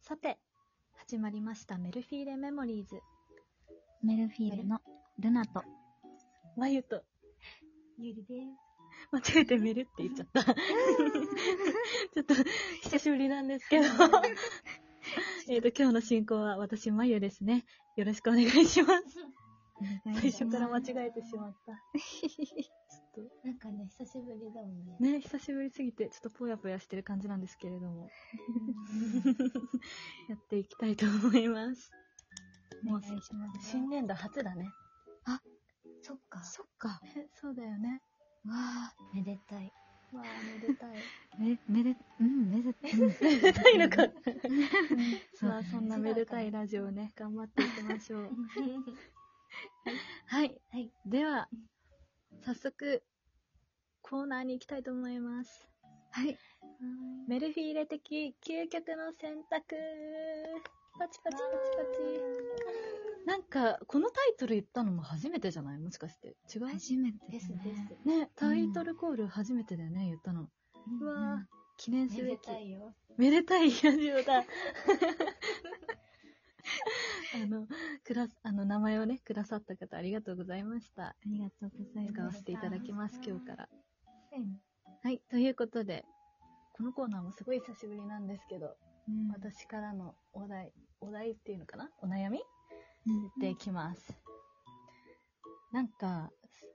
さて、始まりましたメルフィーレメモリーズ。 メルフィーレのルナとまゆとゆりです。 間違えてメルって言っちゃった。ちょっと久しぶりなんですけど今日の進行は私まゆですね。よろしくお願いします。最初から間違えてしまった。ちょっなんかね、久しぶりだもんね。 とね、久しぶりすぎてちょっとぽやぽやしてる感じなんですけれどもやっていきたいと思います。 お願いします。 新年度初だね。 あ、そっか。 そっか。そうだよね。 わあ、めでたい。 わあ、めでたい。 めでたいのか。 そうまあ、そんなめでたいラジオをね、頑張っていきましょう。はい。 はい。 では、早速、コーナーに行きたいと思います。 はい。 メルフィーレ的究極の選択。パチパチパチパチ。なんか、このタイトル言ったのも初めてじゃない？もしかして。違う？ 初めてです。ね、タイトルコール初めてだよね、言ったの。うわぁ、記念すべき。 めでたいよ。 めでたいラジオだ。名前をね、くださった方ありがとうございました。 ありがとうございます。 使わせていただきます、今日から。 うんはい、ということで、このコーナーもすごい久しぶりなんですけど、私からのお題っていうのかな？お悩み言っていきます。なんか、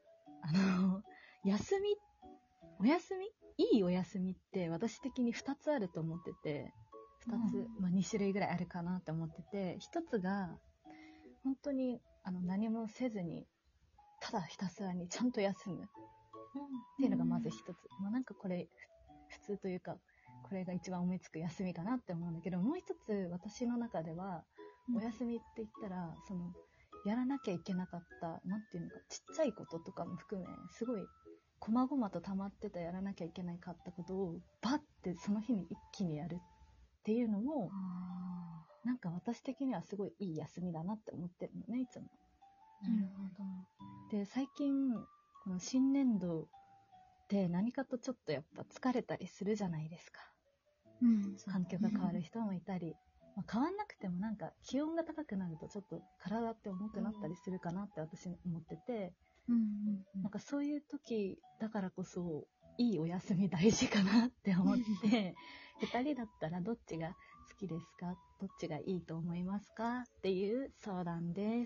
お休みいいお休みって私的に2つあると思ってて、2種類ぐらいあるかなって思ってて、1つが、本当に何もせずに、ただひたすらにちゃんと休むっていうのがまず1つ。まあなんかこれ、普通というか、これが一番思いつく休みかなって思うんだけど、もう一つ私の中では、お休みって言ったら、やらなきゃいけなかった、なんていうのか、ちっちゃいこととかも含め、すごい、細々と溜まってたやらなきゃいけないかったことを、バッてその日に一気にやるっていうのも、なんか私的にはすごいいい休みだなって思ってるのね、いつも。 なるほど。 で、最近、この新年度で何かとちょっとやっぱ疲れたりするじゃないですか。環境が変わる人もいたり、まあ、変わんなくてもなんか気温が高くなるとちょっと体って重くなったりするかなって私思ってて、なんかそういう時だからこそいいお休み大事かなって思って2人だったらどっちが好きですか？どっちがいいと思いますか？っていう相談です。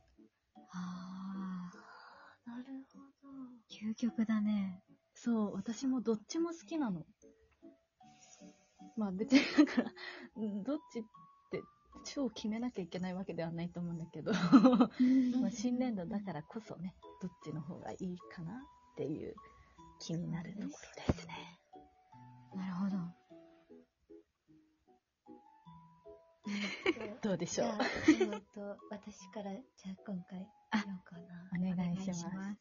なるほど。究極だね。 そう、私もどっちも好きなの。まあ別にだから、どっちって超決めなきゃいけないわけではないと思うんだけど、まあ新年度だからこそね、どっちの方がいいかなっていう気になるところですね。 なるほど。 どうでしょう。 私からじゃあ今回あ、 やろうかな。 お願いします。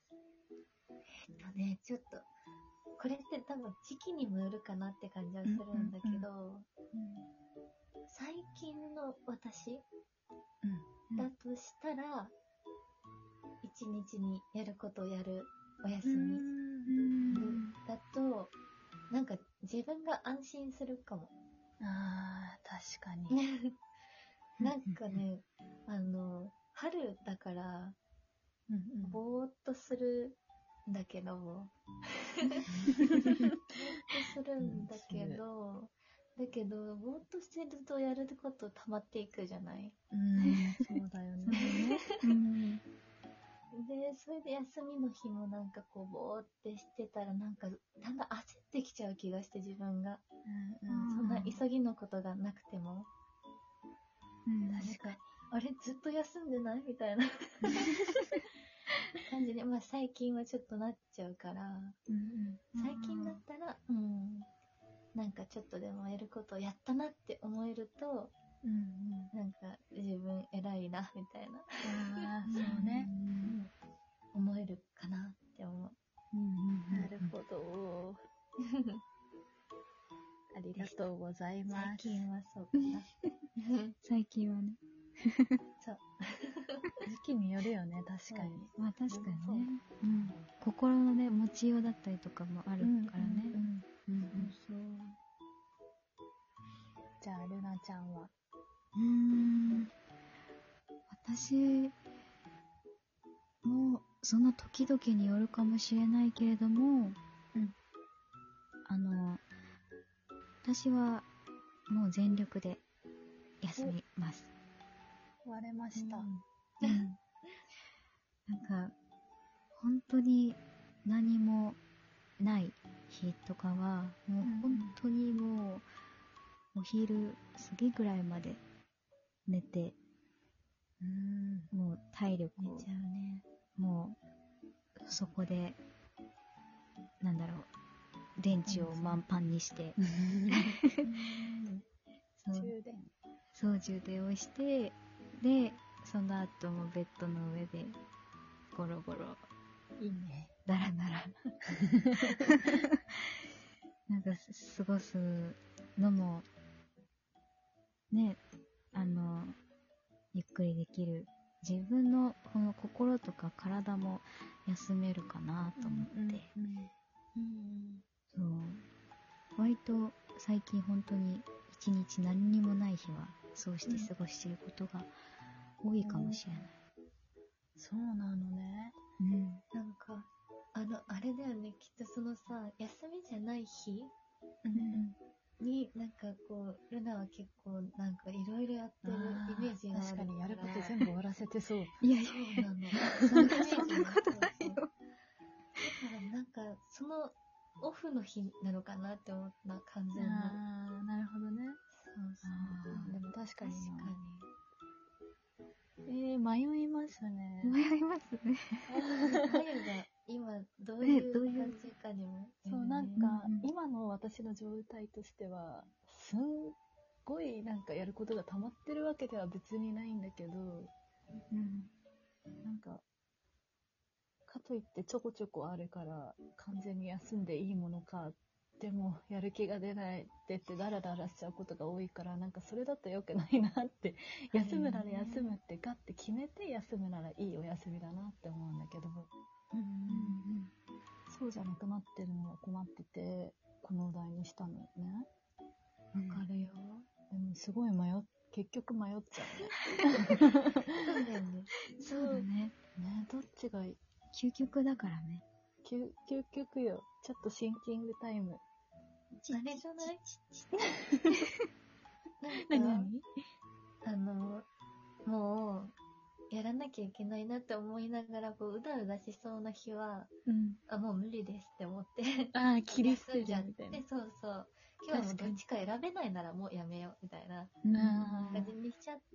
ちょっとこれって多分時期にもよるかなって感じはするんだけど、最近の私だとしたら、一日にやることをやるお休みだと、なんか自分が安心するかも。 あー、確かに。 なんかね、春だから、ぼーっとするんだけど、ぼーっとするんだけど、ぼーっとしてるとやること溜まっていくじゃない？ そうだよね。 で、それで休みの日もなんかこう、ぼーってしてたらなんか、だんだん焦ってきちゃう気がして自分が。そんな急ぎのことがなくても。 確かに。 あれずっと休んでないみたいな感じで、まあ最近はちょっとなっちゃうから、最近だったら、なんかちょっとでもやることをやったなって思えると、なんか自分偉いなみたいなそうね、 思えるかなって思う。 なるほど。ありがとうございます。 最近はそうかな。 最近はね。 そう。 時期によるよね、確かに。 まあ確かにね。心のね、持ちようだったりとかもあるからね。 そう。じゃあ、ルナちゃんは。 私もその時々によるかもしれないけれども、私はもう全力で休みます。 割れました。 なんか本当に何もない日とかはもう本当にもうお昼過ぎぐらいまで寝て、もう体力をもうそこで電池を満帆にして充電をして、でその後もベッドの上でゴロゴロいいね、 だらだらなんか過ごすのもね、ゆっくりできる、自分のこの心とか体も休めるかなと思って、そう割と最近本当に一日何にもない日はそうして過ごしていることが多いかもしれない。 そうなのね。 なんかあれだよね、きっとそのさ、休みじゃない日、になんかこうルナは結構なんかいろいろやってるイメージがある。 確かにやること全部終わらせてそう。 いやいやそうなの。 そんなことないよ。 だからなんかそのオフの日なのかなって思った、完全な。 なるほどね。 そうでも確かに確かに。迷いますね。 迷いますね。 あゆが今どういう感じかにも。 そうなんか、今の私の状態としてはすんごいなんかやることが溜まってるわけでは別にないんだけど、なんかかといってちょこちょこあるから完全に休んでいいものか、でもやる気が出ないって言ってダラダラしちゃうことが多いから、なんかそれだと良くないなって、休むなら休むってガッて決めて休むならいいお休みだなって思うんだけど、そうじゃなくなってるのは困っててこのお題にしたのね。 わかるよ。 でもすごい結局迷っちゃそうだよね。 そうだね。 どっちがいい？ 究極だからね。 究極よ。ちょっとシンキングタイム。 あれじゃない？もうやらなきゃいけないなって思いながらこううだうだしそうな日は、もう無理ですって思って切り捨てちゃうみたいな。 そうそう、今日はもうどっちか選べないならもうやめようみたいな感じにしちゃって、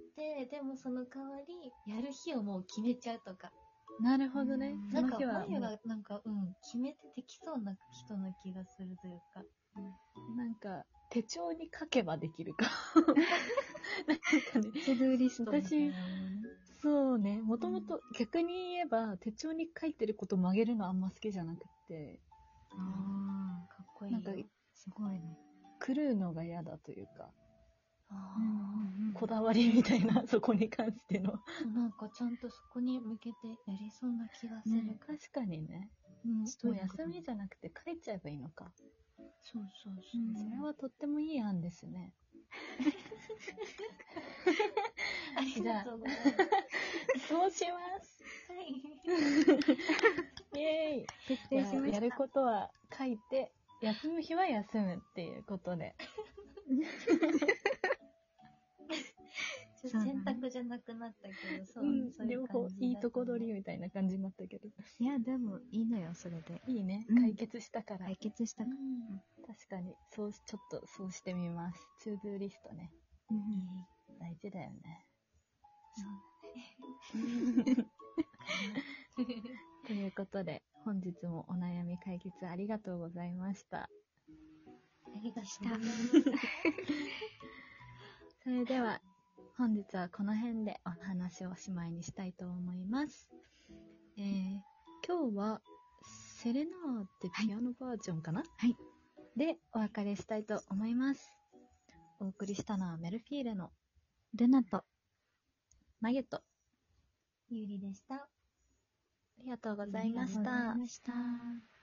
でもその代わりやる日をもう決めちゃうとか。 なるほどね。 なんか眉がなんか決めてできそうな人な気がするというか、 なんか手帳に書けばできるか。なんかね、 トゥドゥーリストみたいなものね。 そうね、もともと逆に言えば手帳に書いてること曲げるのあんま好きじゃなくて、 かっこいいよ。 なんかすごいね。 狂うのが嫌だというか、こだわりみたいな、そこに関しての。 なんかちゃんとそこに向けてやりそうな気がする。 確かにね。もう休みじゃなくて書いちゃえばいいのか。 そう。 それはとってもいい案ですね。 ありがとうございます。 そうします。イエーイ。 決定しました。 やることは書いて、休む日は休むっていうことで。 選択じゃなくなったけど、そういう感じ。 両方いいとこ取りみたいな感じになったけど。 いや、でもいいのよ、それで。 いいね。解決したから。 解決したから。 確かに、ちょっとそうしてみます。トゥードゥーリストね。大事だよね。 そうだね。 ということで、本日もお悩み解決ありがとうございました。 ありがとうございます。 それでは、本日はこの辺でお話をおしまいにしたいと思います。今日は、セレナーテピアノバージョンかな？ はい。 で、お別れしたいと思います。お送りしたのはメルフィーレのルナとマゲとゆうりでした。 ありがとうございました。